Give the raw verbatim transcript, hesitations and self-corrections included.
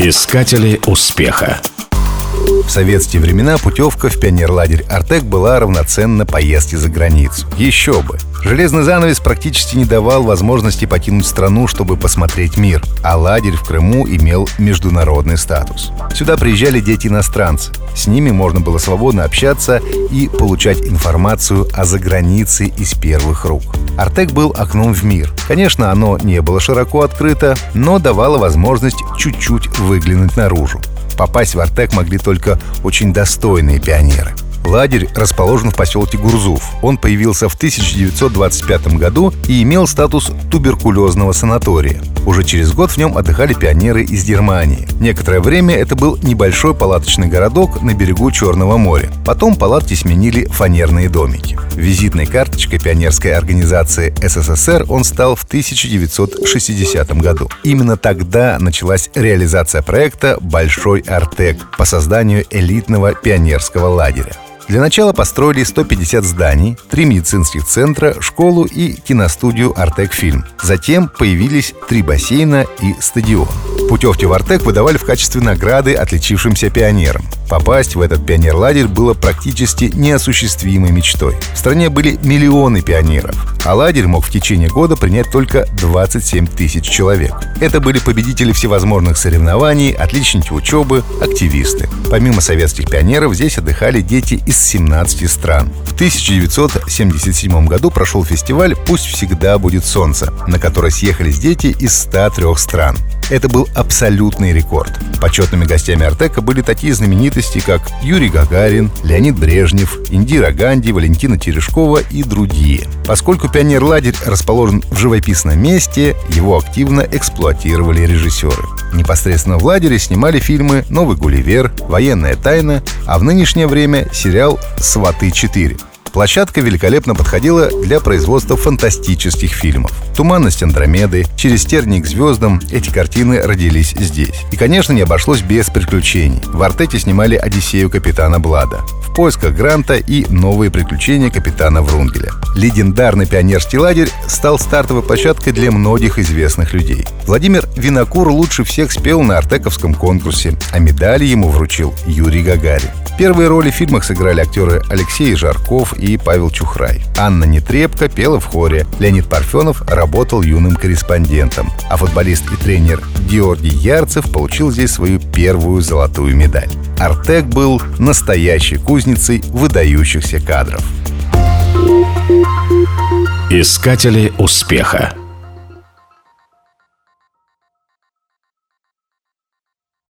Искатели успеха. В советские времена путевка в пионерлагерь «Артек» была равноценна поездке за границу. Еще бы! Железный занавес практически не давал возможности покинуть страну, чтобы посмотреть мир, а лагерь в Крыму имел международный статус. Сюда приезжали дети-иностранцы. С ними можно было свободно общаться и получать информацию о загранице из первых рук. «Артек» был окном в мир. Конечно, оно не было широко открыто, но давало возможность чуть-чуть выглянуть наружу. Попасть в «Артек» могли только очень достойные пионеры. Лагерь расположен в поселке Гурзуф. Он появился в тысяча девятьсот двадцать пятом году и имел статус туберкулезного санатория. Уже через год в нем отдыхали пионеры из Германии. Некоторое время это был небольшой палаточный городок на берегу Черного моря. Потом палатки сменили фанерные домики. Визитной карточкой пионерской организации СССР он стал в тысяча девятьсот шестидесятом году. Именно тогда началась реализация проекта «Большой Артек» по созданию элитного пионерского лагеря. Для начала построили сто пятьдесят зданий, три медицинских центра, школу и киностудию «Артек Фильм». Затем появились три бассейна и стадион. Путевки в «Артек» выдавали в качестве награды отличившимся пионерам. Попасть в этот пионерлагерь было практически неосуществимой мечтой. В стране были миллионы пионеров, а лагерь мог в течение года принять только двадцать семь тысяч человек. Это были победители всевозможных соревнований, отличники учебы, активисты. Помимо советских пионеров, здесь отдыхали дети из семнадцати стран. В тысяча девятьсот семьдесят седьмом году прошел фестиваль «Пусть всегда будет солнце», на который съехались дети из ста трёх стран. Это был абсолютный рекорд. Почетными гостями «Артека» были такие знаменитости, как Юрий Гагарин, Леонид Брежнев, Индира Ганди, Валентина Терешкова и другие. Поскольку пионерлагерь расположен в живописном месте, его активно эксплуатировали режиссеры. Непосредственно в лагере снимали фильмы «Новый Гулливер», «Военная тайна», а в нынешнее время сериал «Сваты четыре». Площадка великолепно подходила для производства фантастических фильмов. «Туманность Андромеды», «Через тернии к звездам» — эти картины родились здесь. И, конечно, не обошлось без приключений. В «Артеке» снимали «Одиссею капитана Блада», «В поисках Гранта» и «Новые приключения капитана Врунгеля». Легендарный пионерский лагерь стал стартовой площадкой для многих известных людей. Владимир Винокур лучше всех спел на артековском конкурсе, а медали ему вручил Юрий Гагарин. Первые роли в фильмах сыграли актеры Алексей Жарков и Павел Чухрай. Анна Нетребко пела в хоре. Леонид Парфенов работал юным корреспондентом. А футболист и тренер Георгий Ярцев получил здесь свою первую золотую медаль. «Артек» был настоящей кузницей выдающихся кадров. Искатели успеха.